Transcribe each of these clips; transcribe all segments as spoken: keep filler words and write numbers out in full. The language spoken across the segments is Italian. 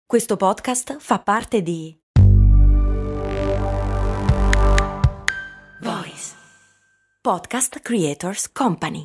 Questo podcast fa parte di Voice Podcast Creators Company.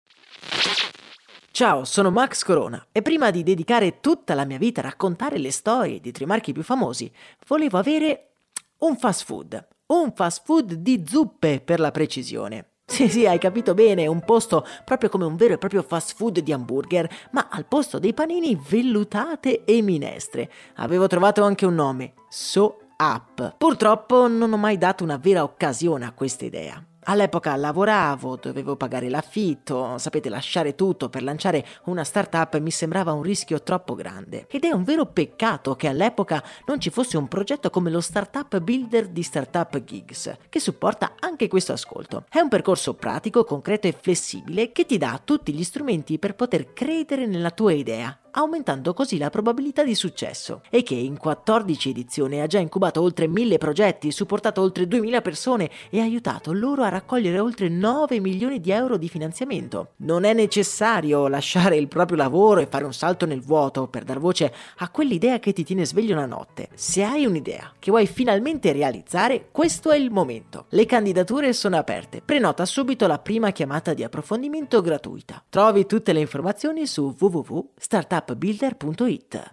Ciao, sono Max Corona e prima di dedicare tutta la mia vita a raccontare le storie di tre marchi più famosi, volevo avere un fast food, un fast food di zuppe per la precisione. Sì, sì, hai capito bene, un posto proprio come un vero e proprio fast food di hamburger, ma al posto dei panini vellutate e minestre. Avevo trovato anche un nome, So Up. Purtroppo non ho mai dato una vera occasione a questa idea. All'epoca lavoravo, dovevo pagare l'affitto, sapete, lasciare tutto per lanciare una startup mi sembrava un rischio troppo grande. Ed è un vero peccato che all'epoca non ci fosse un progetto come lo Startup Builder di Startup Gigs, che supporta anche questo ascolto. È un percorso pratico, concreto e flessibile che ti dà tutti gli strumenti per poter credere nella tua idea, aumentando così la probabilità di successo, e che in quattordici edizioni ha già incubato oltre mille progetti, supportato oltre duemila persone e aiutato loro a raccogliere oltre nove milioni di euro di finanziamento. Non è necessario lasciare il proprio lavoro e fare un salto nel vuoto per dar voce a quell'idea che ti tiene sveglio la notte. Se hai un'idea che vuoi finalmente realizzare, questo è il momento. Le candidature sono aperte. Prenota subito la prima chiamata di approfondimento gratuita. Trovi tutte le informazioni su w w w punto startup builder punto it.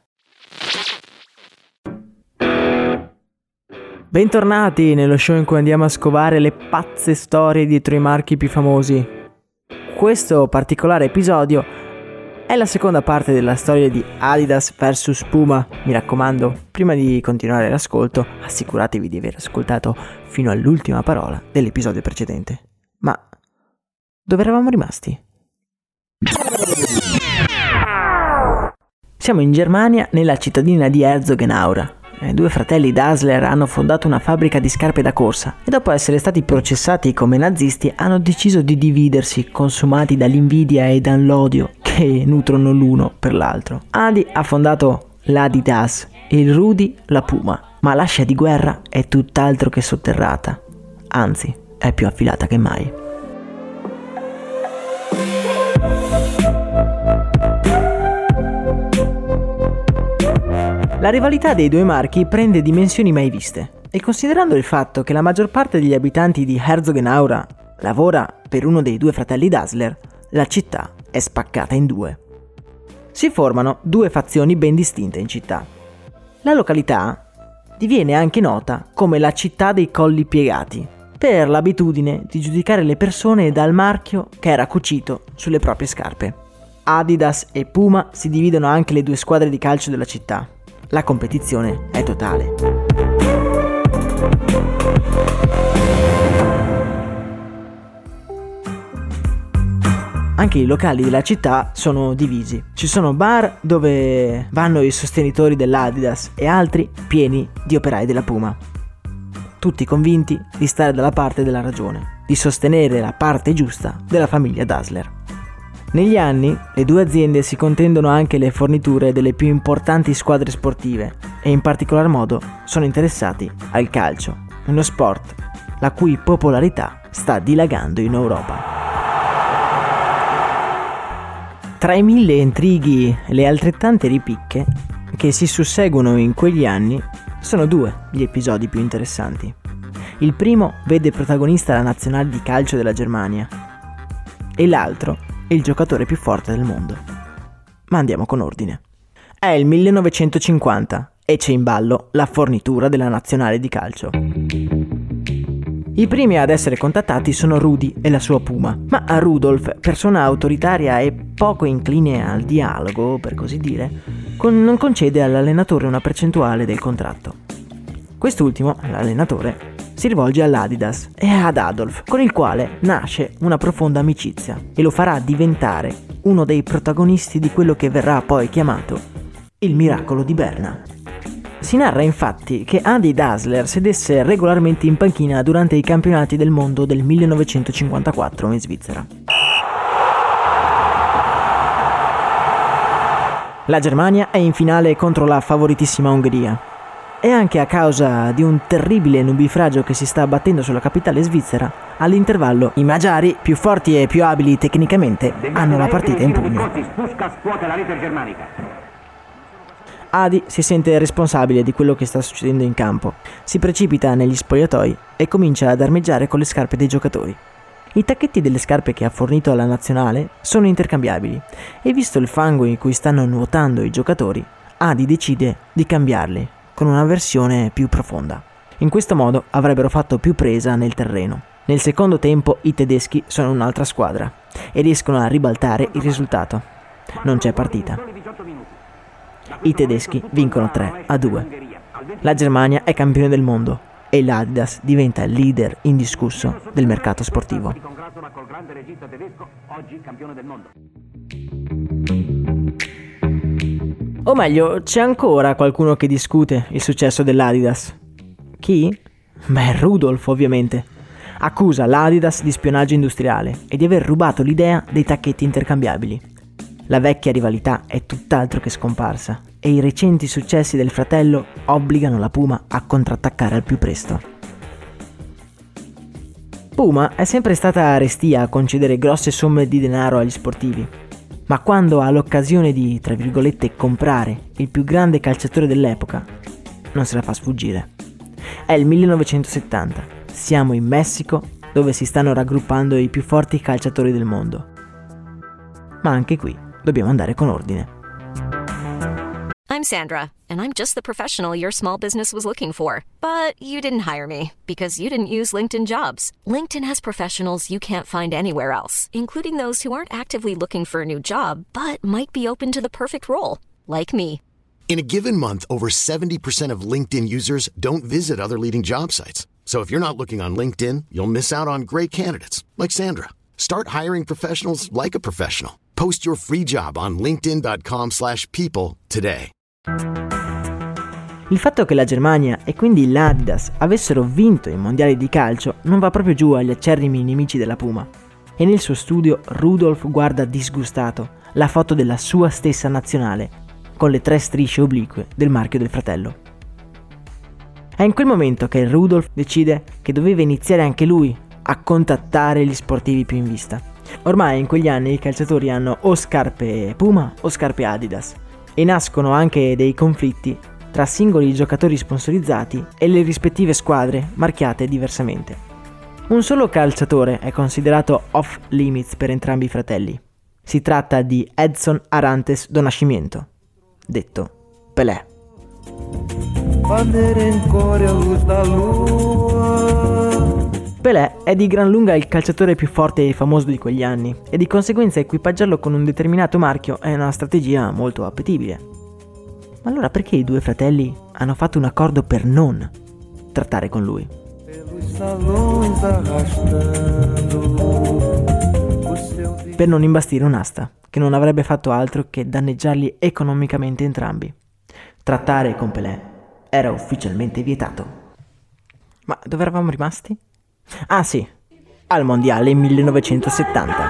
Bentornati nello show in cui andiamo a scovare le pazze storie dietro i marchi più famosi. Questo particolare episodio è la seconda parte della storia di Adidas versus Puma. Mi raccomando, prima di continuare l'ascolto, assicuratevi di aver ascoltato fino all'ultima parola dell'episodio precedente. Ma dove eravamo rimasti? Siamo in Germania, nella cittadina di Herzogenaurach. I due fratelli Dassler hanno fondato una fabbrica di scarpe da corsa e dopo essere stati processati come nazisti hanno deciso di dividersi, consumati dall'invidia e dall'odio che nutrono l'uno per l'altro. Adi ha fondato l'Adidas e il Rudi la Puma, ma l'ascia di guerra è tutt'altro che sotterrata, anzi è più affilata che mai. La rivalità dei due marchi prende dimensioni mai viste e considerando il fatto che la maggior parte degli abitanti di Herzogenaurach lavora per uno dei due fratelli Dassler, la città è spaccata in due. Si formano due fazioni ben distinte in città. La località diviene anche nota come la città dei colli piegati, per l'abitudine di giudicare le persone dal marchio che era cucito sulle proprie scarpe. Adidas e Puma si dividono anche le due squadre di calcio della città. La competizione è totale. Anche i locali della città sono divisi. Ci sono bar dove vanno i sostenitori dell'Adidas e altri pieni di operai della Puma. Tutti convinti di stare dalla parte della ragione, di sostenere la parte giusta della famiglia Dassler. Negli anni le due aziende si contendono anche le forniture delle più importanti squadre sportive e in particolar modo sono interessati al calcio, uno sport la cui popolarità sta dilagando in Europa. Tra i mille intrighi e le altrettante ripicche che si susseguono in quegli anni sono due gli episodi più interessanti. Il primo vede protagonista la nazionale di calcio della Germania e l'altro è il giocatore più forte del mondo. Ma andiamo con ordine. È il millenovecentocinquanta e c'è in ballo la fornitura della nazionale di calcio. I primi ad essere contattati sono Rudi e la sua Puma, ma a Rudolf, persona autoritaria e poco incline al dialogo, per così dire, con- non concede all'allenatore una percentuale del contratto. Quest'ultimo, l'allenatore, si rivolge all'Adidas e ad Adolf, con il quale nasce una profonda amicizia e lo farà diventare uno dei protagonisti di quello che verrà poi chiamato il miracolo di Berna. Si narra infatti che Adi Dassler sedesse regolarmente in panchina durante i campionati del mondo del millenovecentocinquantaquattro in Svizzera. La Germania è in finale contro la favoritissima Ungheria. E anche a causa di un terribile nubifragio che si sta abbattendo sulla capitale svizzera, all'intervallo i magiari, più forti e più abili tecnicamente, hanno la partita in pugno. Adi si sente responsabile di quello che sta succedendo in campo, si precipita negli spogliatoi e comincia ad armeggiare con le scarpe dei giocatori. I tacchetti delle scarpe che ha fornito alla nazionale sono intercambiabili e visto il fango in cui stanno nuotando i giocatori, Adi decide di cambiarli con una versione più profonda. In questo modo avrebbero fatto più presa nel terreno. Nel secondo tempo i tedeschi sono un'altra squadra e riescono a ribaltare il risultato. Non c'è partita. I tedeschi vincono tre a due. La Germania è campione del mondo e l'Adidas diventa il leader indiscusso del mercato sportivo. O meglio, c'è ancora qualcuno che discute il successo dell'Adidas. Chi? Beh, Rudolf ovviamente. Accusa l'Adidas di spionaggio industriale e di aver rubato l'idea dei tacchetti intercambiabili. La vecchia rivalità è tutt'altro che scomparsa e i recenti successi del fratello obbligano la Puma a contrattaccare al più presto. Puma è sempre stata restia a concedere grosse somme di denaro agli sportivi, ma quando ha l'occasione di, tra virgolette, comprare il più grande calciatore dell'epoca, non se la fa sfuggire. È il millenovecentosettanta, siamo in Messico, dove si stanno raggruppando i più forti calciatori del mondo. Ma anche qui dobbiamo andare con ordine. I'm Sandra, and I'm just the professional your small business was looking for. But you didn't hire me, because you didn't use LinkedIn Jobs. LinkedIn has professionals you can't find anywhere else, including those who aren't actively looking for a new job, but might be open to the perfect role, like me. In a given month, over seventy percent of LinkedIn users don't visit other leading job sites. So if you're not looking on LinkedIn, you'll miss out on great candidates, like Sandra. Start hiring professionals like a professional. Post your free job on linkedin.com slash people today. Il fatto che la Germania e quindi l'Adidas avessero vinto i mondiali di calcio non va proprio giù agli acerrimi nemici della Puma. E nel suo studio Rudolf guarda disgustato la foto della sua stessa nazionale, con le tre strisce oblique del marchio del fratello. È in quel momento che Rudolf decide che doveva iniziare anche lui a contattare gli sportivi più in vista. Ormai in quegli anni i calciatori hanno o scarpe Puma o scarpe Adidas e nascono anche dei conflitti tra singoli giocatori sponsorizzati e le rispettive squadre marchiate diversamente. Un solo calciatore è considerato off limits per entrambi i fratelli. Si tratta di Edson Arantes do Nascimento, detto Pelé. Pelé è di gran lunga il calciatore più forte e famoso di quegli anni e di conseguenza equipaggiarlo con un determinato marchio è una strategia molto appetibile. Ma allora perché i due fratelli hanno fatto un accordo per non trattare con lui? Per non imbastire un'asta che non avrebbe fatto altro che danneggiarli economicamente entrambi. Trattare con Pelé era ufficialmente vietato. Ma dove eravamo rimasti? Ah sì, al mondiale millenovecentosettanta.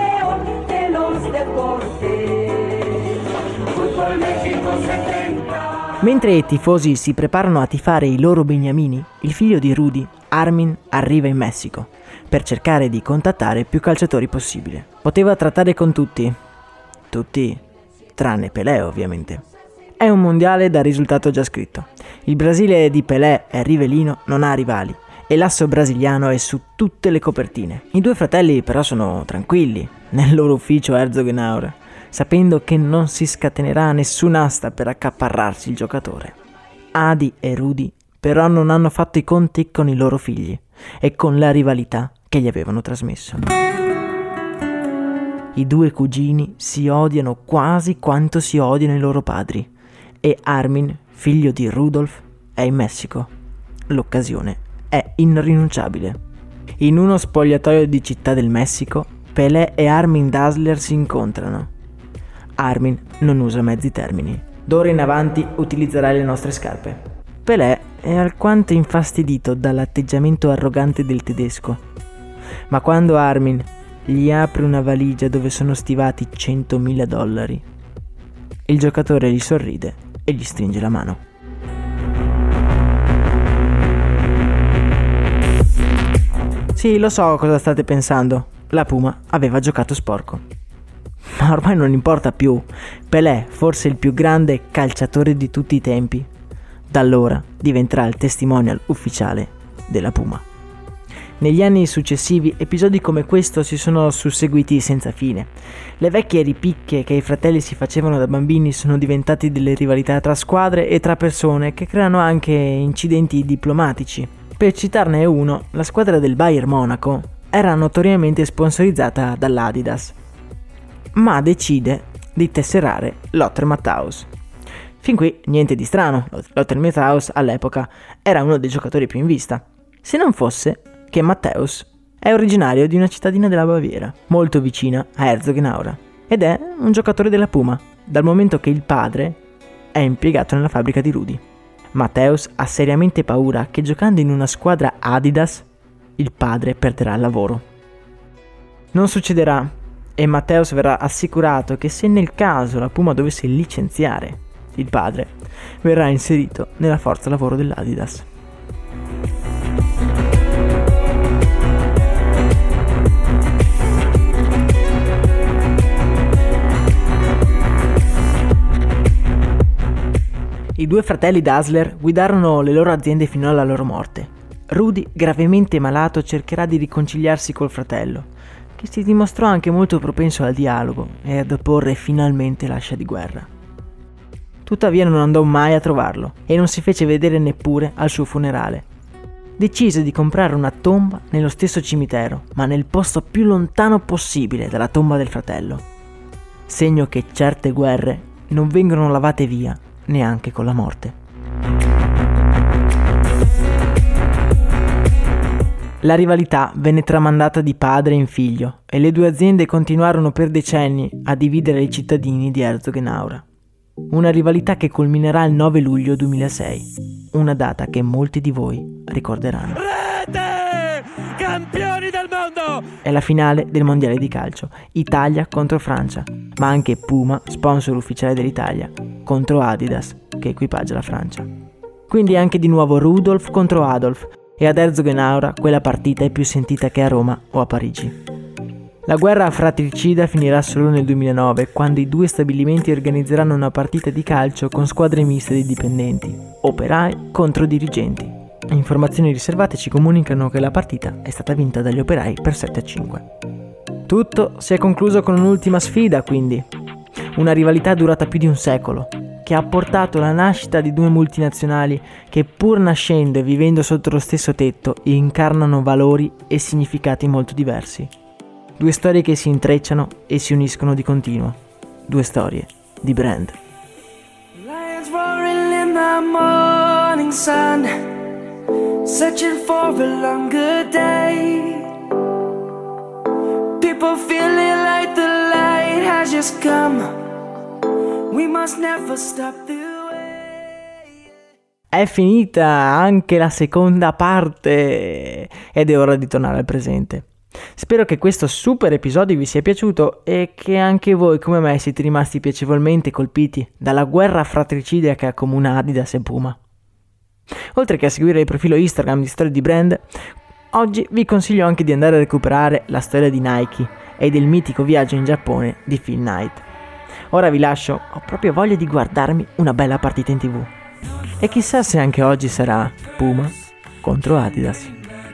Mentre i tifosi si preparano a tifare i loro beniamini, il figlio di Rudy, Armin, arriva in Messico per cercare di contattare più calciatori possibile. Poteva trattare con tutti, tutti tranne Pelé ovviamente. È un mondiale dal risultato già scritto. Il Brasile di Pelé e Rivelino non ha rivali e l'asso brasiliano è su tutte le copertine. I due fratelli però sono tranquilli nel loro ufficio Herzogenaurach, sapendo che non si scatenerà nessun'asta per accaparrarsi il giocatore. Adi e Rudy però non hanno fatto i conti con i loro figli e con la rivalità che gli avevano trasmesso. I due cugini si odiano quasi quanto si odiano i loro padri e Armin, figlio di Rudolf, è in Messico. L'occasione è irrinunciabile. In uno spogliatoio di Città del Messico, Pelé e Armin Dassler si incontrano. Armin non usa mezzi termini. D'ora in avanti utilizzerai le nostre scarpe. Pelé è alquanto infastidito dall'atteggiamento arrogante del tedesco, ma quando Armin gli apre una valigia dove sono stivati centomila dollari, il giocatore gli sorride e gli stringe la mano. Sì, lo so cosa state pensando. La Puma aveva giocato sporco. Ma ormai non importa più. Pelé, forse il più grande calciatore di tutti i tempi, da allora diventerà il testimonial ufficiale della Puma. Negli anni successivi episodi come questo si sono susseguiti senza fine. Le vecchie ripicche che i fratelli si facevano da bambini sono diventate delle rivalità tra squadre e tra persone che creano anche incidenti diplomatici. Per citarne uno, la squadra del Bayern Monaco era notoriamente sponsorizzata dall'Adidas, ma decide di tesserare Lothar Matthaus. Fin qui niente di strano, Lothar Matthaus all'epoca era uno dei giocatori più in vista, se non fosse che Matthaus è originario di una cittadina della Baviera, molto vicina a Herzogenaurach, ed è un giocatore della Puma, dal momento che il padre è impiegato nella fabbrica di Rudi. Matthaus ha seriamente paura che giocando in una squadra Adidas il padre perderà il lavoro. Non succederà, e Matthaus verrà assicurato che se nel caso la Puma dovesse licenziare il padre, verrà inserito nella forza lavoro dell'Adidas. I due fratelli Dassler guidarono le loro aziende fino alla loro morte. Rudi, gravemente malato, cercherà di riconciliarsi col fratello, che si dimostrò anche molto propenso al dialogo e ad opporre finalmente l'ascia di guerra. Tuttavia non andò mai a trovarlo e non si fece vedere neppure al suo funerale. Decise di comprare una tomba nello stesso cimitero, ma nel posto più lontano possibile dalla tomba del fratello. Segno che certe guerre non vengono lavate via neanche con la morte. La rivalità venne tramandata di padre in figlio e le due aziende continuarono per decenni a dividere i cittadini di Herzogenaurach. Una rivalità che culminerà il nove luglio duemilasei, una data che molti di voi ricorderanno. Rete! Campioni del mondo! È la finale del mondiale di calcio, Italia contro Francia, ma anche Puma, sponsor ufficiale dell'Italia, contro Adidas, che equipaggia la Francia. Quindi anche di nuovo Rudolf contro Adolf, e ad Herzogenaurach quella partita è più sentita che a Roma o a Parigi. La guerra fratricida finirà solo nel duemilanove, quando i due stabilimenti organizzeranno una partita di calcio con squadre miste di dipendenti, operai contro dirigenti. Informazioni riservate ci comunicano che la partita è stata vinta dagli operai per sette a cinque. Tutto si è concluso con un'ultima sfida, quindi. Una rivalità durata più di un secolo, che ha portato alla nascita di due multinazionali che, pur nascendo e vivendo sotto lo stesso tetto, incarnano valori e significati molto diversi. Due storie che si intrecciano e si uniscono di continuo. Due storie di brand. Lions roaring in the morning sun, searching for a longer day. People feeling like the light has just come. We must never stop the way. È finita anche la seconda parte ed è ora di tornare al presente. Spero che questo super episodio vi sia piaciuto e che anche voi come me siete rimasti piacevolmente colpiti dalla guerra fratricida che accomuna Adidas e Puma. Oltre che a seguire il profilo Instagram di Storie di Brand, oggi vi consiglio anche di andare a recuperare la storia di Nike e del mitico viaggio in Giappone di Phil Knight. Ora vi lascio, ho proprio voglia di guardarmi una bella partita in tv. E chissà se anche oggi sarà Puma contro Adidas.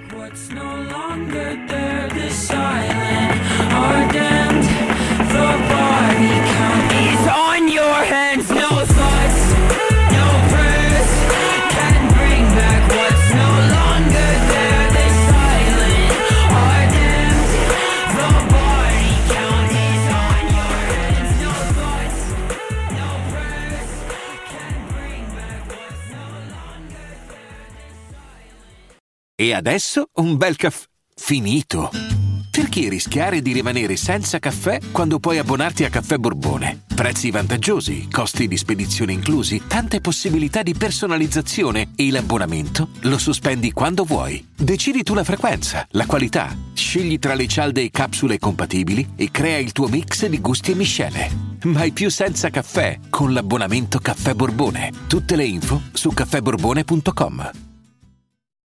E adesso un bel caffè finito. Perché rischiare di rimanere senza caffè quando puoi abbonarti a Caffè Borbone? Prezzi vantaggiosi, costi di spedizione inclusi, tante possibilità di personalizzazione e l'abbonamento lo sospendi quando vuoi. Decidi tu la frequenza, la qualità, scegli tra le cialde e capsule compatibili e crea il tuo mix di gusti e miscele. Mai più senza caffè con l'abbonamento Caffè Borbone. Tutte le info su caffè borbone punto com.